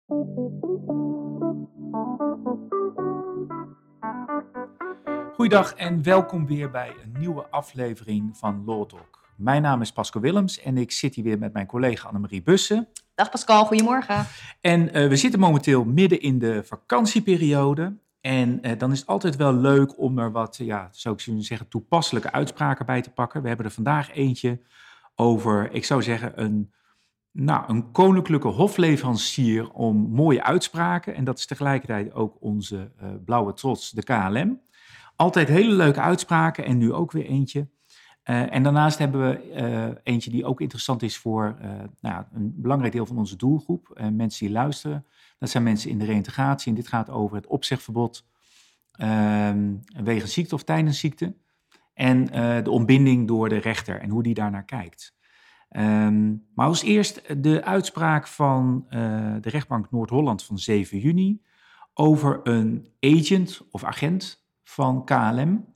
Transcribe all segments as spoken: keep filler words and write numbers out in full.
Goeiedag en welkom weer bij een nieuwe aflevering van Law Talk. Mijn naam is Pascal Willems en ik zit hier weer met mijn collega Annemarie Bussen. Dag Pascal, goedemorgen. En uh, we zitten momenteel midden in de vakantieperiode. En uh, dan is het altijd wel leuk om er wat, ja, zou ik zeggen, toepasselijke uitspraken bij te pakken. We hebben er vandaag eentje over, ik zou zeggen, een, nou, een koninklijke hofleverancier om mooie uitspraken. En dat is tegelijkertijd ook onze uh, blauwe trots, de K L M. Altijd hele leuke uitspraken en nu ook weer eentje. Uh, en daarnaast hebben we uh, eentje die ook interessant is voor uh, nou, een belangrijk deel van onze doelgroep. Uh, mensen die luisteren. Dat zijn mensen in de reïntegratie. En dit gaat over het opzegverbod uh, wegens ziekte of tijdens ziekte. En uh, de ontbinding door de rechter en hoe die daarnaar kijkt. Um, maar als eerst de uitspraak van uh, de rechtbank Noord-Holland van zeven juni... over een agent of agent van K L M...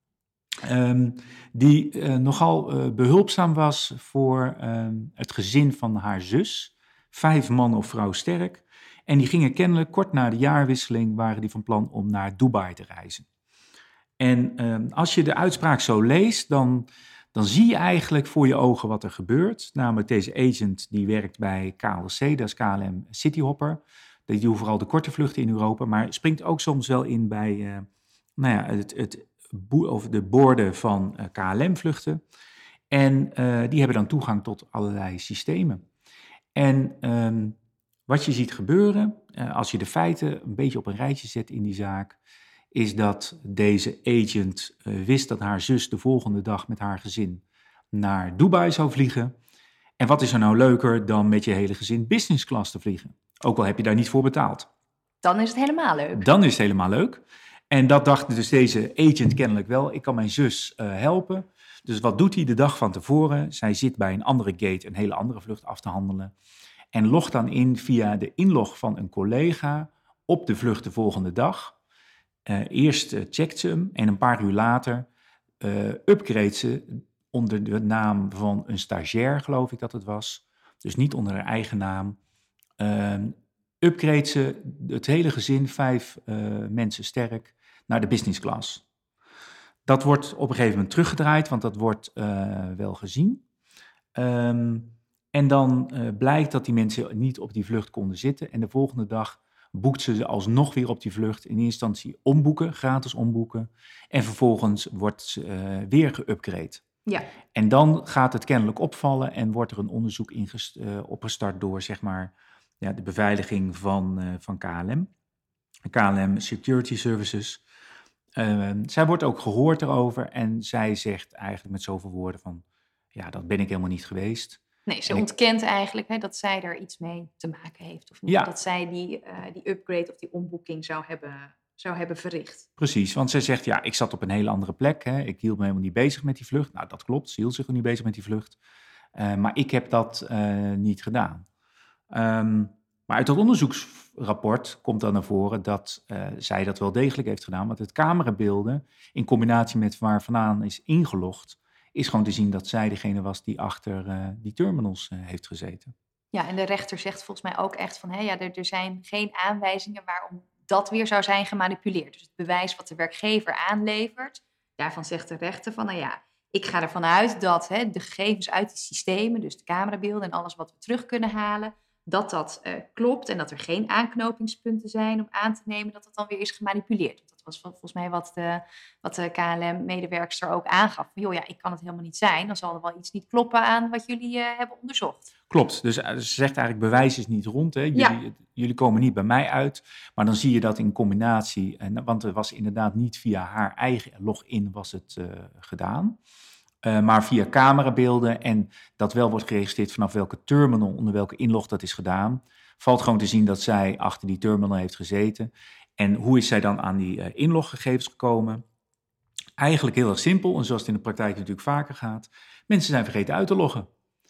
Um, die uh, nogal uh, behulpzaam was voor uh, het gezin van haar zus. Vijf man of vrouw sterk. En die gingen kennelijk kort na de jaarwisseling waren die van plan om naar Dubai te reizen. En uh, als je de uitspraak zo leest, dan, dan zie je eigenlijk voor je ogen wat er gebeurt. Namelijk deze agent die werkt bij K L C, dat is K L M Cityhopper. Die doen vooral de korte vluchten in Europa, maar springt ook soms wel in bij uh, nou ja, het... het over de borden van uh, K L M-vluchten. En uh, die hebben dan toegang tot allerlei systemen. En um, wat je ziet gebeuren, uh, als je de feiten een beetje op een rijtje zet in die zaak, is dat deze agent uh, wist dat haar zus de volgende dag met haar gezin naar Dubai zou vliegen. En wat is er nou leuker dan met je hele gezin business class te vliegen? Ook al heb je daar niet voor betaald. Dan is het helemaal leuk. Dan is het helemaal leuk. En dat dacht dus deze agent kennelijk wel. Ik kan mijn zus uh, helpen. Dus wat doet hij de dag van tevoren? Zij zit bij een andere gate een hele andere vlucht af te handelen. En logt dan in via de inlog van een collega op de vlucht de volgende dag. Uh, eerst uh, checkt ze hem en een paar uur later uh, upgrade ze onder de naam van een stagiair, geloof ik dat het was. Dus niet onder haar eigen naam. Uh, upgrade ze het hele gezin, vijf uh, mensen sterk, naar de business class. Dat wordt op een gegeven moment teruggedraaid, want dat wordt uh, wel gezien. Um, en dan uh, blijkt dat die mensen niet op die vlucht konden zitten. En de volgende dag boekt ze ze alsnog weer op die vlucht. In eerste instantie omboeken, gratis omboeken. En vervolgens wordt ze uh, weer geupgrade. Ja. En dan gaat het kennelijk opvallen en wordt er een onderzoek ingest- uh, opgestart door, zeg maar, ja, de beveiliging van, uh, van K L M. K L M Security Services. Uh, zij wordt ook gehoord erover en zij zegt eigenlijk met zoveel woorden van, ja, dat ben ik helemaal niet geweest. Nee, ze en ontkent ik... eigenlijk hè, dat zij er iets mee te maken heeft. Of niet, ja. Dat zij die, uh, die upgrade of die omboeking zou hebben, zou hebben verricht. Precies, want zij zegt, ja, ik zat op een hele andere plek. Hè. Ik hield me helemaal niet bezig met die vlucht. Nou, dat klopt, ze hield zich ook niet bezig met die vlucht. Uh, maar ik heb dat uh, niet gedaan. Um, Maar uit dat onderzoeksrapport komt dan naar voren dat uh, zij dat wel degelijk heeft gedaan. Want het camerabeelden, in combinatie met waar vandaan is ingelogd, is gewoon te zien dat zij degene was die achter uh, die terminals uh, heeft gezeten. Ja, en de rechter zegt volgens mij ook echt van, hé, ja, er, er zijn geen aanwijzingen waarom dat weer zou zijn gemanipuleerd. Dus het bewijs wat de werkgever aanlevert, daarvan zegt de rechter van, nou ja, ik ga ervan uit dat hè, de gegevens uit die systemen, dus de camerabeelden en alles wat we terug kunnen halen, dat dat uh, klopt en dat er geen aanknopingspunten zijn om aan te nemen dat dat dan weer is gemanipuleerd. Want dat was volgens mij wat de, wat de K L M-medewerkster ook aangaf. Van, joh, ja, ik kan het helemaal niet zijn. Dan zal er wel iets niet kloppen aan wat jullie uh, hebben onderzocht. Klopt, dus uh, ze zegt eigenlijk bewijs is niet rond. Hè? Jullie, ja. jullie komen niet bij mij uit. Maar dan zie je dat in combinatie, uh, want het was inderdaad niet via haar eigen login was het uh, gedaan. Uh, maar via camerabeelden en dat wel wordt geregistreerd vanaf welke terminal, onder welke inlog dat is gedaan, valt gewoon te zien dat zij achter die terminal heeft gezeten. En hoe is zij dan aan die uh, inloggegevens gekomen? Eigenlijk heel erg simpel, en zoals het in de praktijk natuurlijk vaker gaat. Mensen zijn vergeten uit te loggen.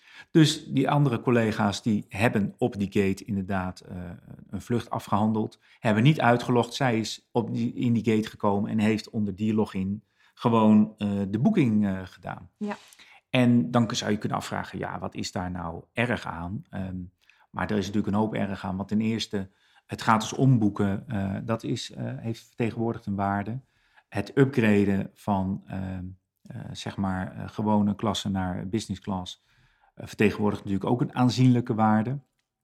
Dus die andere collega's die hebben op die gate inderdaad uh, een vlucht afgehandeld, hebben niet uitgelogd. Zij is op die, in die gate gekomen en heeft onder die login gewoon uh, de boeking uh, gedaan. Ja. En dan zou je kunnen afvragen, ja, wat is daar nou erg aan? Um, Maar er is natuurlijk een hoop erg aan. Want ten eerste, het gratis omboeken, uh, dat is, uh, heeft vertegenwoordigd een waarde. Het upgraden van uh, uh, zeg maar uh, gewone klasse naar business class uh, vertegenwoordigt natuurlijk ook een aanzienlijke waarde.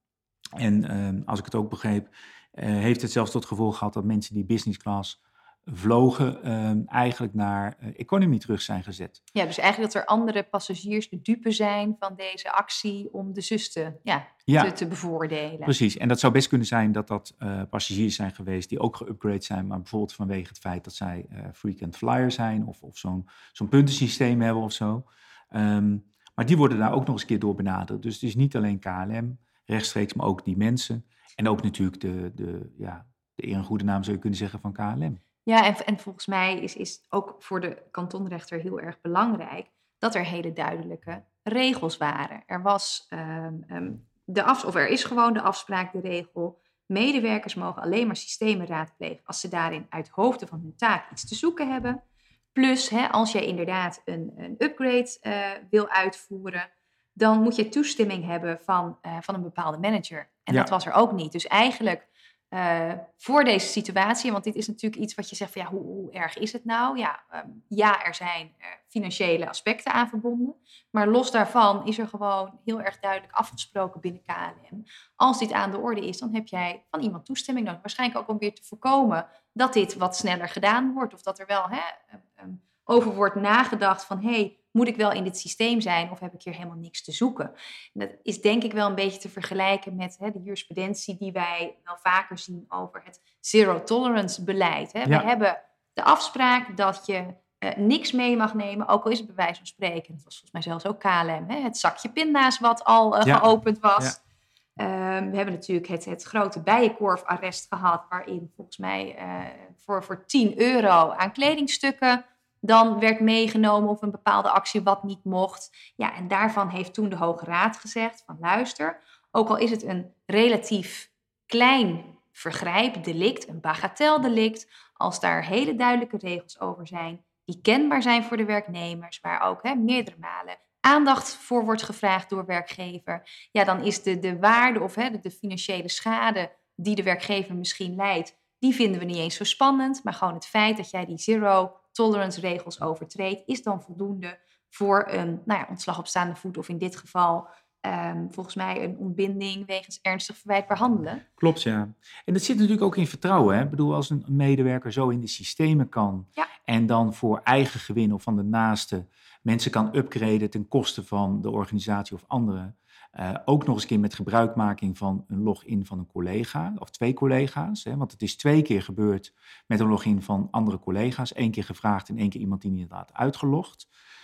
En uh, als ik het ook begreep, uh, heeft het zelfs tot gevolg gehad dat mensen die business class vlogen uh, eigenlijk naar uh, economy terug zijn gezet. Ja, dus eigenlijk dat er andere passagiers de dupe zijn van deze actie om de zus te, ja, ja, te, te bevoordelen. Precies, en dat zou best kunnen zijn dat dat uh, passagiers zijn geweest die ook geupgrade zijn, maar bijvoorbeeld vanwege het feit dat zij uh, frequent flyer zijn of, of zo'n, zo'n puntensysteem hebben of zo. Um, maar die worden daar ook nog eens een keer door benaderd. Dus het is niet alleen K L M rechtstreeks, maar ook die mensen. En ook natuurlijk de, de, ja, de eer en goede naam zou je kunnen zeggen van K L M. Ja, en, en volgens mij is, is ook voor de kantonrechter heel erg belangrijk dat er hele duidelijke regels waren. Er was um, um, de af, of er is gewoon de afspraak, de regel. Medewerkers mogen alleen maar systemen raadplegen als ze daarin uit hoofde van hun taak iets te zoeken hebben. Plus, hè, als jij inderdaad een, een upgrade uh, wil uitvoeren, dan moet je toestemming hebben van, uh, van een bepaalde manager. En Ja. dat was er ook niet. Dus eigenlijk uh, voor deze situatie, want dit is natuurlijk iets wat je zegt van ja, hoe, hoe erg is het nou? Ja, um, ja er zijn uh, financiële aspecten aan verbonden. Maar los daarvan is er gewoon heel erg duidelijk afgesproken binnen K L M. Als dit aan de orde is, dan heb jij van iemand toestemming nodig. Waarschijnlijk ook om weer te voorkomen dat dit wat sneller gedaan wordt. Of dat er wel hè, um, over wordt nagedacht van hé, hey, moet ik wel in dit systeem zijn of heb ik hier helemaal niks te zoeken? En dat is denk ik wel een beetje te vergelijken met hè, de jurisprudentie die wij wel vaker zien over het zero tolerance beleid. Hè. Ja. We hebben de afspraak dat je uh, niks mee mag nemen, ook al is het bij wijze van spreken. Dat was volgens mij zelfs ook K L M, hè, het zakje pinda's wat al uh, ja. geopend was. Ja. Um, we hebben natuurlijk het, het grote bijenkorfarrest gehad, waarin volgens mij uh, voor, voor tien euro aan kledingstukken dan werd meegenomen of een bepaalde actie wat niet mocht. Ja, en daarvan heeft toen de Hoge Raad gezegd van luister, ook al is het een relatief klein vergrijp, delict, een bagateldelict, als daar hele duidelijke regels over zijn, die kenbaar zijn voor de werknemers, waar ook hè, meerdere malen aandacht voor wordt gevraagd door werkgever, ja, dan is de, de waarde of hè, de, de financiële schade die de werkgever misschien leidt, die vinden we niet eens zo spannend, maar gewoon het feit dat jij die zero tolerance regels overtreedt, is dan voldoende voor een nou ja, ontslag op staande voet of in dit geval um, volgens mij een ontbinding wegens ernstig verwijtbaar handelen. Klopt, ja. En dat zit natuurlijk ook in vertrouwen. Hè? Ik bedoel, als een medewerker zo in de systemen kan ja. en dan voor eigen gewin of van de naaste mensen kan upgraden ten koste van de organisatie of anderen, uh, ook nog eens een keer met gebruikmaking van een login van een collega of twee collega's. Hè? Want het is twee keer gebeurd met een login van andere collega's. Eén keer gevraagd en één keer iemand die inderdaad uitgelogd.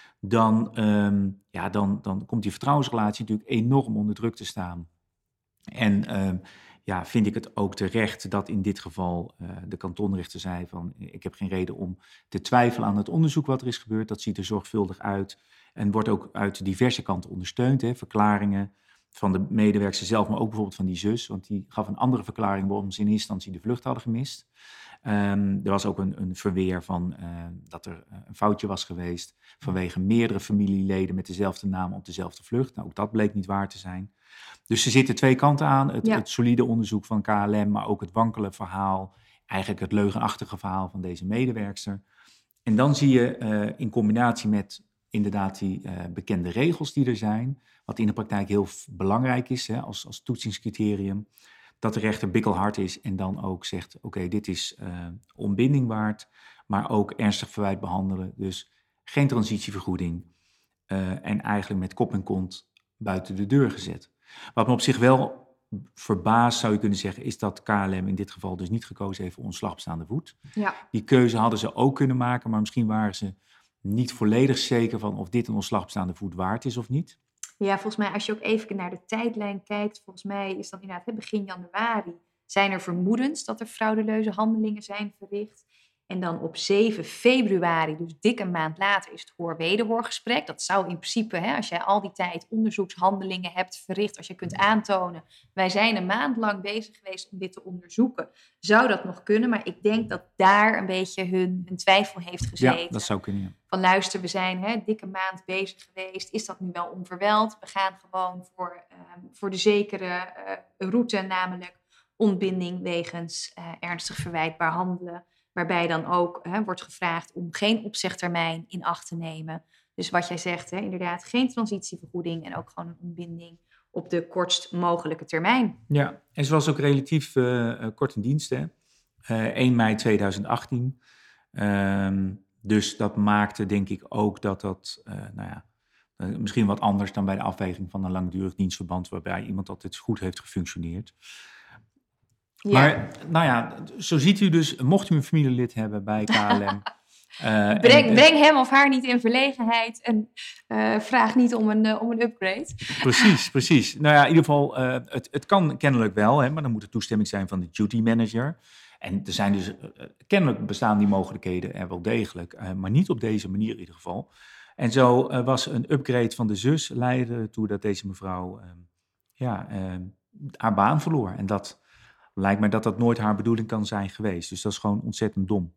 Dan, um, ja, dan, dan komt die vertrouwensrelatie natuurlijk enorm onder druk te staan. En um, ja, vind ik het ook terecht dat in dit geval uh, de kantonrechter zei van ik heb geen reden om te twijfelen aan het onderzoek wat er is gebeurd. Dat ziet er zorgvuldig uit en wordt ook uit diverse kanten ondersteund. Hè. Verklaringen van de medewerkster zelf, maar ook bijvoorbeeld van die zus. Want die gaf een andere verklaring waarom ze in eerste instantie de vlucht hadden gemist. Um, er was ook een, een verweer van uh, dat er een foutje was geweest vanwege meerdere familieleden met dezelfde naam op dezelfde vlucht. Nou, ook dat bleek niet waar te zijn. Dus er zitten twee kanten aan. Het, ja. het solide onderzoek van K L M, maar ook het wankele verhaal. Eigenlijk het leugenachtige verhaal van deze medewerkster. En dan zie je uh, in combinatie met inderdaad die uh, bekende regels die er zijn, wat in de praktijk heel f- belangrijk is hè, als, als toetsingscriterium, dat de rechter bikkelhard is en dan ook zegt, oké, okay, dit is uh, ontbinding waard, maar ook ernstig verwijt behandelen. Dus geen transitievergoeding uh, en eigenlijk met kop en kont buiten de deur gezet. Wat me op zich wel verbaast, zou je kunnen zeggen, is dat K L M in dit geval dus niet gekozen heeft voor ontslag op staande voet. Ja. Die keuze hadden ze ook kunnen maken, maar misschien waren ze niet volledig zeker van of dit een ontslag op staande voet waard is of niet. Ja, volgens mij als je ook even naar de tijdlijn kijkt, volgens mij is dan inderdaad begin januari zijn er vermoedens dat er fraudeleuze handelingen zijn verricht. En dan op zeven februari, dus dik een maand later, is het hoor-wederhoorgesprek. Dat zou in principe, hè, als jij al die tijd onderzoekshandelingen hebt verricht, als je kunt aantonen, wij zijn een maand lang bezig geweest om dit te onderzoeken, zou dat nog kunnen. Maar ik denk dat daar een beetje hun, hun twijfel heeft gezeten. Ja, dat zou kunnen. Ja. Van luister, we zijn hè, dikke maand bezig geweest. Is dat nu wel onverweld? We gaan gewoon voor, uh, voor de zekere uh, route, namelijk ontbinding wegens uh, ernstig verwijtbaar handelen. Waarbij dan ook hè, wordt gevraagd om geen opzegtermijn in acht te nemen. Dus wat jij zegt, hè, inderdaad geen transitievergoeding en ook gewoon een ontbinding op de kortst mogelijke termijn. Ja, en ze was ook relatief uh, kort in dienst, hè? Uh, één mei tweeduizend achttien. Um, dus dat maakte denk ik ook dat dat, uh, nou ja, uh, misschien wat anders dan bij de afweging van een langdurig dienstverband, waarbij iemand altijd goed heeft gefunctioneerd. Ja. Maar, nou ja, zo ziet u dus, mocht u een familielid hebben bij K L M... Uh, breng, en, breng hem of haar niet in verlegenheid en uh, vraag niet om een, uh, om een upgrade. Precies, precies. Nou ja, in ieder geval, uh, het, het kan kennelijk wel, hè, maar dan moet er toestemming zijn van de duty manager. En er zijn dus, uh, kennelijk bestaan die mogelijkheden er wel degelijk, uh, maar niet op deze manier in ieder geval. En zo uh, was een upgrade van de zus leidde ertoe dat deze mevrouw uh, ja, uh, haar baan verloor. En dat lijkt mij dat dat nooit haar bedoeling kan zijn geweest. Dus dat is gewoon ontzettend dom.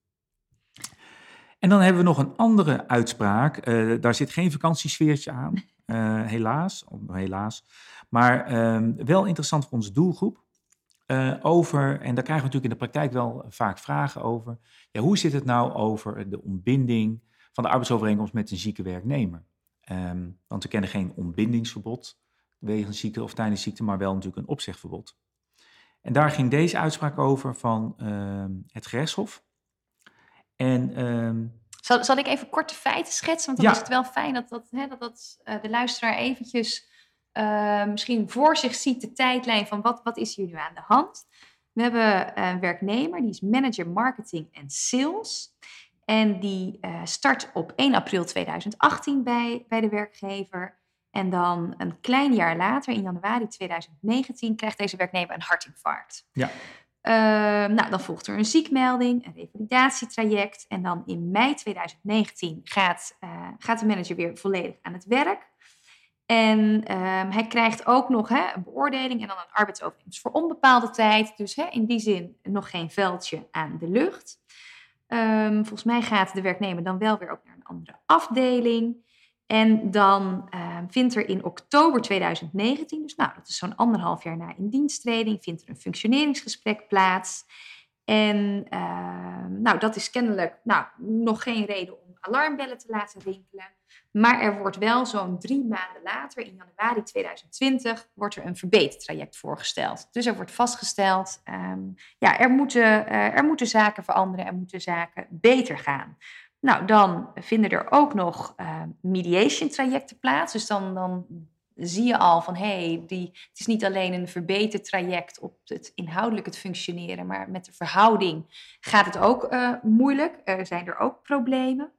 En dan hebben we nog een andere uitspraak. Uh, daar zit geen vakantiesfeertje aan, uh, helaas. helaas. Maar uh, wel interessant voor onze doelgroep. Uh, over, en daar krijgen we natuurlijk in de praktijk wel vaak vragen over. Ja, hoe zit het nou over de ontbinding van de arbeidsovereenkomst met een zieke werknemer? Um, want we kennen geen ontbindingsverbod wegens ziekte of tijdens ziekte, maar wel natuurlijk een opzegverbod. En daar ging deze uitspraak over van uh, het gerechtshof. En, um, zal, zal ik even kort de feiten schetsen? Want dan ja. is het wel fijn dat, dat, hè, dat, dat uh, de luisteraar eventjes uh, misschien voor zich ziet de tijdlijn van wat, wat is hier nu aan de hand. We hebben een werknemer, die is manager marketing en sales. En die uh, start op één april tweeduizend achttien bij, bij de werkgever. En dan een klein jaar later, in januari tweeduizend negentien, krijgt deze werknemer een hartinfarct. Ja. Uh, nou, dan volgt er een ziekmelding, een revalidatietraject. En dan in mei tweeduizend negentien gaat, uh, gaat de manager weer volledig aan het werk. En uh, hij krijgt ook nog hè, een beoordeling en dan een arbeidsovereenkomst voor onbepaalde tijd. Dus hè, in die zin nog geen veldje aan de lucht. Um, volgens mij gaat de werknemer dan wel weer ook naar een andere afdeling. En dan uh, vindt er in oktober tweeduizend negentien, dus nou, dat is zo'n anderhalf jaar na indiensttreding, vindt er een functioneringsgesprek plaats. En uh, nou, dat is kennelijk nou, nog geen reden om alarmbellen te laten rinkelen. Maar er wordt wel zo'n drie maanden later, in januari tweeduizend twintig, wordt er een verbetertraject voorgesteld. Dus er wordt vastgesteld, um, ja, er moeten, uh, er moeten zaken veranderen, er moeten zaken beter gaan. Nou, dan vinden er ook nog uh, mediation trajecten plaats. Dus dan, dan zie je al van, hé, hey, die, het is niet alleen een verbetertraject op het inhoudelijk het functioneren, maar met de verhouding gaat het ook uh, moeilijk. Er zijn er ook problemen.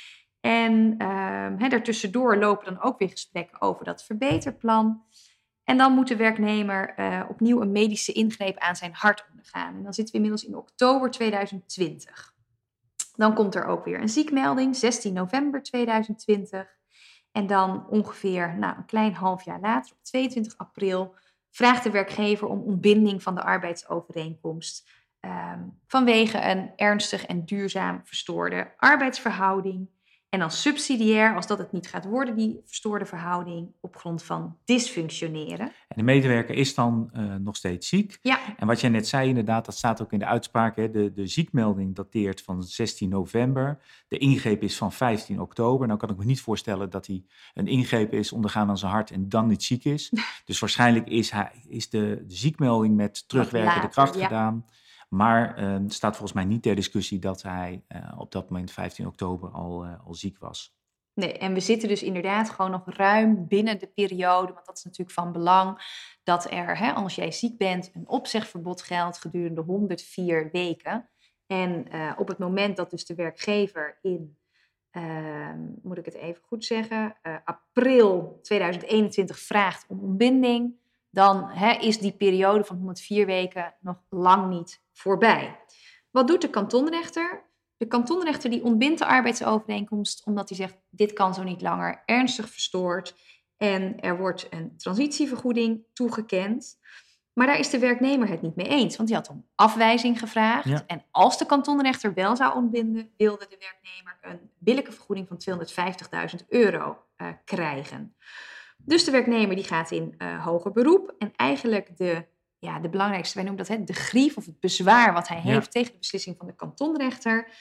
En uh, hè, daartussendoor lopen dan ook weer gesprekken over dat verbeterplan. En dan moet de werknemer uh, opnieuw een medische ingreep aan zijn hart ondergaan. En dan zitten we inmiddels in oktober tweeduizend twintig. Dan komt er ook weer een ziekmelding, zestien november tweeduizend twintig. En dan ongeveer nou, een klein half jaar later, op tweeëntwintig april, vraagt de werkgever om ontbinding van de arbeidsovereenkomst. Um, vanwege een ernstig en duurzaam verstoorde arbeidsverhouding. En dan subsidiair, als dat het niet gaat worden, die verstoorde verhouding, op grond van dysfunctioneren. En de medewerker is dan uh, nog steeds ziek. Ja. En wat jij net zei, inderdaad, dat staat ook in de uitspraak. Hè, de, de ziekmelding dateert van zestien november. De ingreep is van vijftien oktober. Nou kan ik me niet voorstellen dat hij een ingreep is ondergaan aan zijn hart en dan niet ziek is. Dus waarschijnlijk is, hij, is de, de ziekmelding met terugwerkende later, kracht ja. gedaan. Maar uh, het staat volgens mij niet ter discussie dat hij uh, op dat moment vijftien oktober al, uh, al ziek was. Nee, en we zitten dus inderdaad gewoon nog ruim binnen de periode, want dat is natuurlijk van belang, dat er, hè, als jij ziek bent, een opzegverbod geldt gedurende honderdvier weken. En uh, op het moment dat dus de werkgever in, uh, moet ik het even goed zeggen, uh, april tweeduizend eenentwintig vraagt om ontbinding, dan hè, is die periode van honderdvier weken nog lang niet voorbij. Wat doet de kantonrechter? De kantonrechter die ontbindt de arbeidsovereenkomst omdat hij zegt, dit kan zo niet langer, ernstig verstoord. En er wordt een transitievergoeding toegekend. Maar daar is de werknemer het niet mee eens, want die had om afwijzing gevraagd. Ja. En als de kantonrechter wel zou ontbinden, wilde de werknemer een billijke vergoeding van tweehonderdvijftigduizend euro uh, krijgen. Dus de werknemer die gaat in uh, hoger beroep. En eigenlijk de, ja, de belangrijkste, wij noemen dat hè, de grief of het bezwaar wat hij Ja. heeft tegen de beslissing van de kantonrechter. Uh,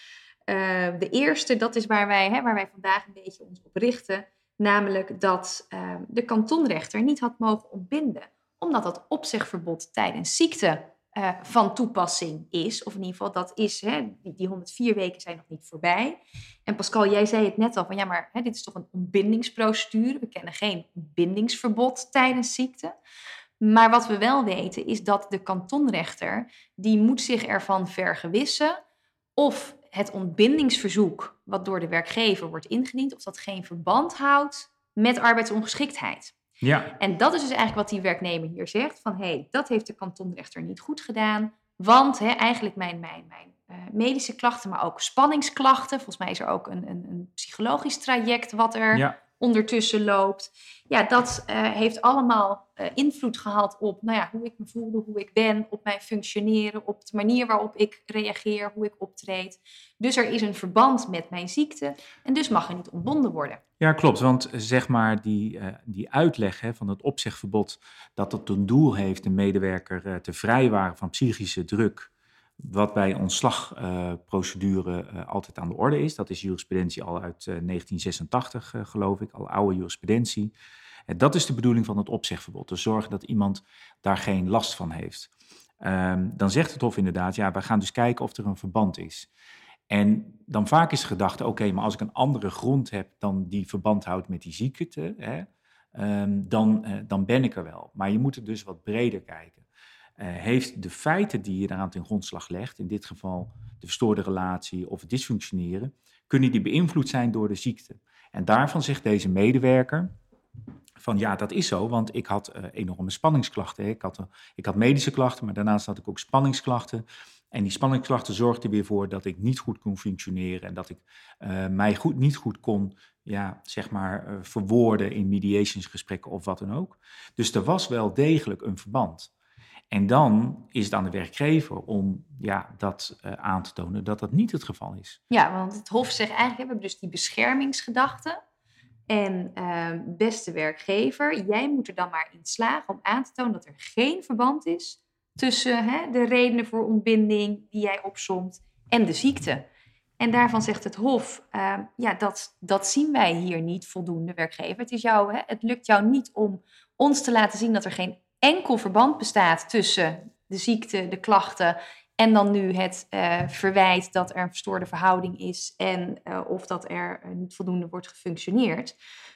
de eerste, dat is waar wij, hè, waar wij vandaag een beetje ons op richten. Namelijk dat uh, de kantonrechter niet had mogen ontbinden. Omdat dat opzegverbod tijdens ziekte uh, van toepassing is. Of in ieder geval, dat is, hè, die, die honderdvier weken zijn nog niet voorbij. En Pascal, jij zei het net al, van ja, maar hè, dit is toch een ontbindingsprocedure. We kennen geen ontbindingsverbod tijdens ziekte. Maar wat we wel weten is dat de kantonrechter, die moet zich ervan vergewissen of het ontbindingsverzoek wat door de werkgever wordt ingediend, of dat geen verband houdt met arbeidsongeschiktheid. Ja. En dat is dus eigenlijk wat die werknemer hier zegt, van hé, hey, dat heeft de kantonrechter niet goed gedaan, want hè, eigenlijk mijn, mijn, mijn uh, medische klachten, maar ook spanningsklachten, volgens mij is er ook een, een, een psychologisch traject wat er ja. ondertussen loopt. Ja, dat uh, heeft allemaal uh, invloed gehad op nou ja, hoe ik me voelde, hoe ik ben, op mijn functioneren, op de manier waarop ik reageer, hoe ik optreed. Dus er is een verband met mijn ziekte en dus mag er niet ontbonden worden. Ja, klopt. Want zeg maar die, uh, die uitleg hè, van het opzegverbod, dat het een doel heeft de medewerker uh, te vrijwaren van psychische druk, wat bij ontslagprocedure uh, uh, altijd aan de orde is. Dat is jurisprudentie al uit uh, negentien zesentachtig, uh, geloof ik, al oude jurisprudentie. En dat is de bedoeling van het opzegverbod, te zorgen dat iemand daar geen last van heeft. Um, dan zegt het Hof inderdaad, ja, we gaan dus kijken of er een verband is. En dan vaak is de gedachte, oké, okay, maar als ik een andere grond heb dan die verband houdt met die ziekte, hè, um, dan, uh, dan ben ik er wel. Maar je moet er dus wat breder kijken. Uh, heeft de feiten die je daaraan ten grondslag legt, in dit geval de verstoorde relatie of het dysfunctioneren, kunnen die beïnvloed zijn door de ziekte? En daarvan zegt deze medewerker van ja, dat is zo, want ik had uh, enorme spanningsklachten. Hè. Ik, had, uh, ik had medische klachten, maar daarnaast had ik ook spanningsklachten. En die spanningsklachten zorgden weer voor dat ik niet goed kon functioneren en dat ik uh, mij goed, niet goed kon ja, zeg maar, uh, verwoorden in mediationsgesprekken of wat dan ook. Dus er was wel degelijk een verband. En dan is het aan de werkgever om ja, dat uh, aan te tonen dat dat niet het geval is. Ja, want het Hof zegt eigenlijk, we hebben dus die beschermingsgedachte. En uh, beste werkgever, jij moet er dan maar in slagen om aan te tonen dat er geen verband is tussen hè, de redenen voor ontbinding die jij opsomt en de ziekte. En daarvan zegt het Hof, uh, ja, dat, dat zien wij hier niet voldoende, werkgever. Het, is jou, hè, het lukt jou niet om ons te laten zien dat er geen enkel verband bestaat tussen de ziekte, de klachten en dan nu het uh, verwijt dat er een verstoorde verhouding is en uh, of dat er uh, niet voldoende wordt gefunctioneerd.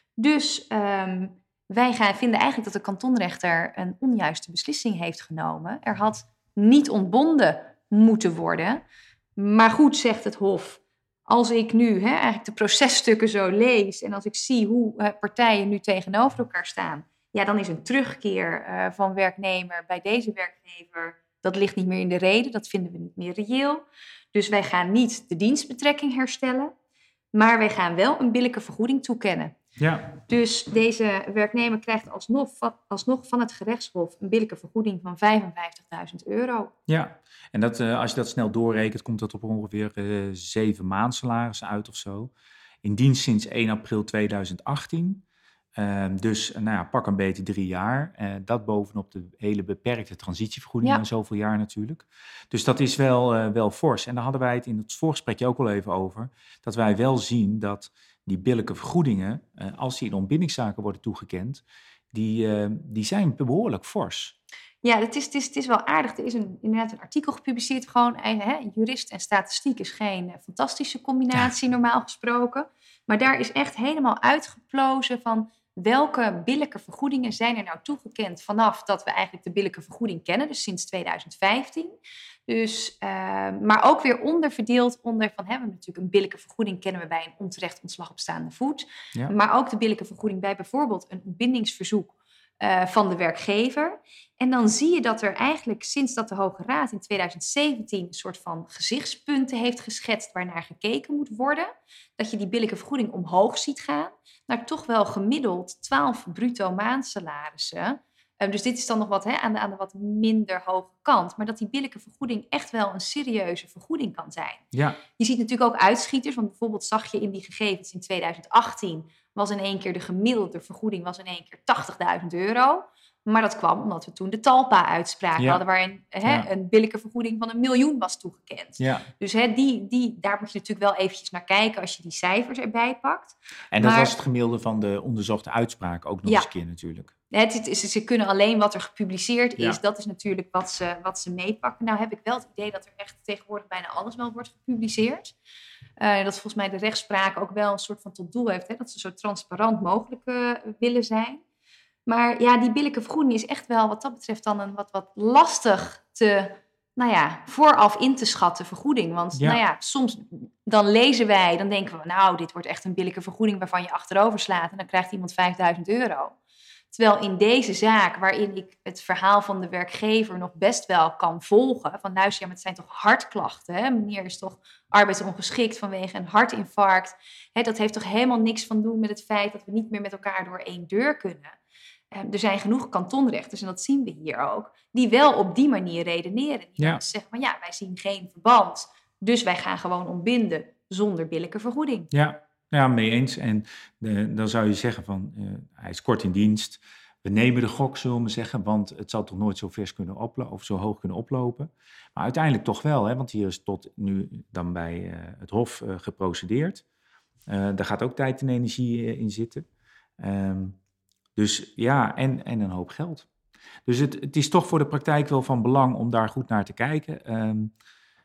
Dus um, wij gaan, vinden eigenlijk dat de kantonrechter een onjuiste beslissing heeft genomen. Er had niet ontbonden moeten worden. Maar goed, zegt het Hof, als ik nu hè, eigenlijk de processtukken zo lees en als ik zie hoe uh, partijen nu tegenover elkaar staan, ja, dan is een terugkeer uh, van werknemer bij deze werkgever, dat ligt niet meer in de reden, dat vinden we niet meer reëel. Dus wij gaan niet de dienstbetrekking herstellen, maar wij gaan wel een billijke vergoeding toekennen. Ja. Dus deze werknemer krijgt alsnog, alsnog van het gerechtshof een billijke vergoeding van vijfenvijftigduizend euro. Ja, en dat, uh, als je dat snel doorrekent, komt dat op ongeveer uh, zeven maandsalarissen uit of zo. In dienst sinds één april tweeduizend achttien. Uh, dus nou ja, pak een beetje drie jaar. Uh, dat bovenop de hele beperkte transitievergoeding Ja. en zoveel jaar natuurlijk. Dus dat is wel, uh, wel fors. En daar hadden wij het in het voorgesprekje ook al even over. Dat wij wel zien dat die billijke vergoedingen, uh, als die in ontbindingszaken worden toegekend, die, uh, die zijn behoorlijk fors. Ja, het is, het is, het is wel aardig. Er is een, inderdaad een artikel gepubliceerd. Gewoon, hè, jurist en statistiek is geen uh, fantastische combinatie, ja. normaal gesproken. Maar daar is echt helemaal uitgeplozen van welke billijke vergoedingen zijn er nou toegekend vanaf dat we eigenlijk de billijke vergoeding kennen, dus sinds tweeduizend vijftien. Dus, uh, maar ook weer onderverdeeld onder van, hè, we hebben natuurlijk een billijke vergoeding kennen we bij een onterecht ontslag op staande voet. Ja. Maar ook de billijke vergoeding bij bijvoorbeeld een ontbindingsverzoek uh, van de werkgever. En dan zie je dat er eigenlijk sinds dat de Hoge Raad in tweeduizend zeventien... een soort van gezichtspunten heeft geschetst waarnaar gekeken moet worden, dat je die billijke vergoeding omhoog ziet gaan naar toch wel gemiddeld twaalf bruto maandsalarissen. Um, dus dit is dan nog wat hè, aan, de, aan de wat minder hoge kant. Maar dat die billijke vergoeding echt wel een serieuze vergoeding kan zijn. Ja. Je ziet natuurlijk ook uitschieters. Want bijvoorbeeld zag je in die gegevens in tweeduizend achttien... was in één keer de gemiddelde vergoeding was in één keer tachtigduizend euro. Maar dat kwam omdat we toen de Talpa-uitspraak ja. hadden... waarin hè, ja. een billijke vergoeding van een miljoen was toegekend. Ja. Dus hè, die, die, daar moet je natuurlijk wel eventjes naar kijken... als je die cijfers erbij pakt. En dat maar, was het gemiddelde van de onderzochte uitspraak ook nog ja. eens een keer natuurlijk. Het is, ze kunnen alleen wat er gepubliceerd is, Ja. dat is natuurlijk wat ze, wat ze meepakken. Nou heb ik wel het idee dat er echt tegenwoordig bijna alles wel wordt gepubliceerd. Uh, dat volgens mij de rechtspraak ook wel een soort van tot doel heeft, hè, dat ze zo transparant mogelijk uh, willen zijn. Maar ja, die billijke vergoeding is echt wel wat dat betreft dan een wat, wat lastig te, nou ja, vooraf in te schatten vergoeding. Want Ja. nou ja, soms dan lezen wij, dan denken we, nou, dit wordt echt een billijke vergoeding waarvan je achterover slaat en dan krijgt iemand vijfduizend euro. Terwijl in deze zaak, waarin ik het verhaal van de werkgever nog best wel kan volgen, van luister, ja, maar het zijn toch hartklachten, hè? Meneer is toch arbeidsongeschikt vanwege een hartinfarct. Hè, dat heeft toch helemaal niks van doen met het feit dat we niet meer met elkaar door één deur kunnen. Um, er zijn genoeg kantonrechters, en dat zien we hier ook, die wel op die manier redeneren. Die Ja. zeggen van ja, wij zien geen verband, dus wij gaan gewoon ontbinden zonder billijke vergoeding. Ja. Ja, mee eens. En uh, dan zou je zeggen van, uh, hij is kort in dienst. We nemen de gok, zullen we zeggen, want het zal toch nooit zo vers kunnen oplopen of zo hoog kunnen oplopen. Maar uiteindelijk toch wel, hè, want hier is tot nu dan bij uh, het Hof uh, geprocedeerd. Uh, daar gaat ook tijd en energie uh, in zitten. Um, dus ja, en, en een hoop geld. Dus het, het is toch voor de praktijk wel van belang om daar goed naar te kijken. Um,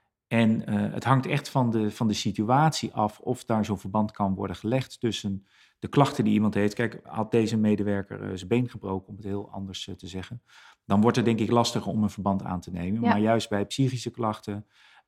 En uh, het hangt echt van de, van de situatie af of daar zo'n verband kan worden gelegd tussen de klachten die iemand heeft. Kijk, had deze medewerker uh, zijn been gebroken, om het heel anders uh, te zeggen, dan wordt het denk ik lastiger om een verband aan te nemen. Ja. Maar juist bij psychische klachten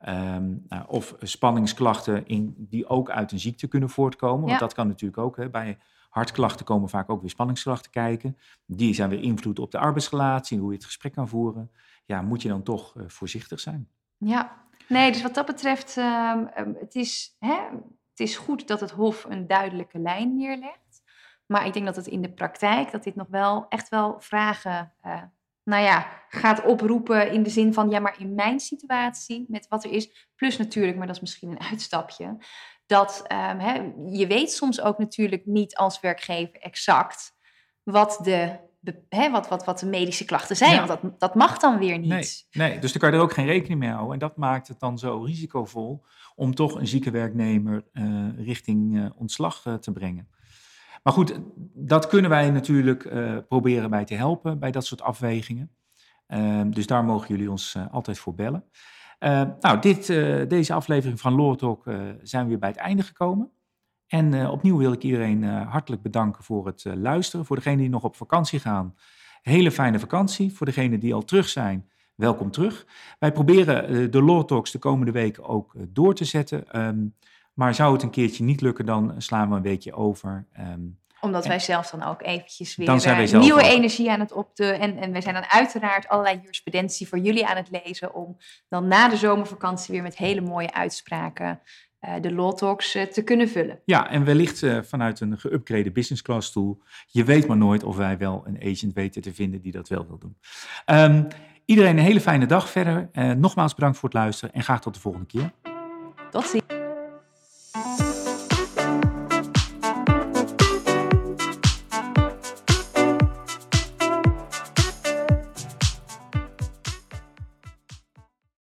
um, uh, of spanningsklachten in, die ook uit een ziekte kunnen voortkomen, want Ja. dat kan natuurlijk ook. Hè, bij hartklachten komen vaak ook weer spanningsklachten kijken. Die zijn weer invloed op de arbeidsrelatie en hoe je het gesprek kan voeren. Ja, moet je dan toch uh, voorzichtig zijn. Ja. Nee, dus wat dat betreft, um, um, het, is, hè, het is goed dat het Hof een duidelijke lijn neerlegt. Maar ik denk dat het in de praktijk, dat dit nog wel echt wel vragen uh, nou ja, gaat oproepen in de zin van, ja, maar in mijn situatie, met wat er is, plus natuurlijk, maar dat is misschien een uitstapje, dat um, hè, je weet soms ook natuurlijk niet als werkgever exact wat de... Be, hè, wat, wat, wat de medische klachten zijn, Ja. want dat, dat mag dan weer niet. Nee, nee, dus daar kan je er ook geen rekening mee houden. En dat maakt het dan zo risicovol om toch een zieke werknemer uh, richting uh, ontslag uh, te brengen. Maar goed, dat kunnen wij natuurlijk uh, proberen bij te helpen bij dat soort afwegingen. Uh, dus daar mogen jullie ons uh, altijd voor bellen. Uh, nou, dit, uh, deze aflevering van Law Talk uh, zijn we weer bij het einde gekomen. En uh, opnieuw wil ik iedereen uh, hartelijk bedanken voor het uh, luisteren. Voor degenen die nog op vakantie gaan, hele fijne vakantie. Voor degenen die al terug zijn, welkom terug. Wij proberen uh, de Law Talks de komende weken ook uh, door te zetten. Um, maar zou het een keertje niet lukken, dan slaan we een weekje over. Um, Omdat en, wij zelf dan ook eventjes weer dan zijn wij uh, zelf nieuwe ook. energie aan het opdoen. En, en wij zijn dan uiteraard allerlei jurisprudentie voor jullie aan het lezen. Om dan na de zomervakantie weer met hele mooie uitspraken Uh, de Law Talks uh, te kunnen vullen. Ja, en wellicht uh, vanuit een geüpgrade business class stoel. Je weet maar nooit of wij wel een agent weten te vinden die dat wel wil doen. Um, iedereen een hele fijne dag verder. Uh, nogmaals bedankt voor het luisteren en graag tot de volgende keer. Tot ziens.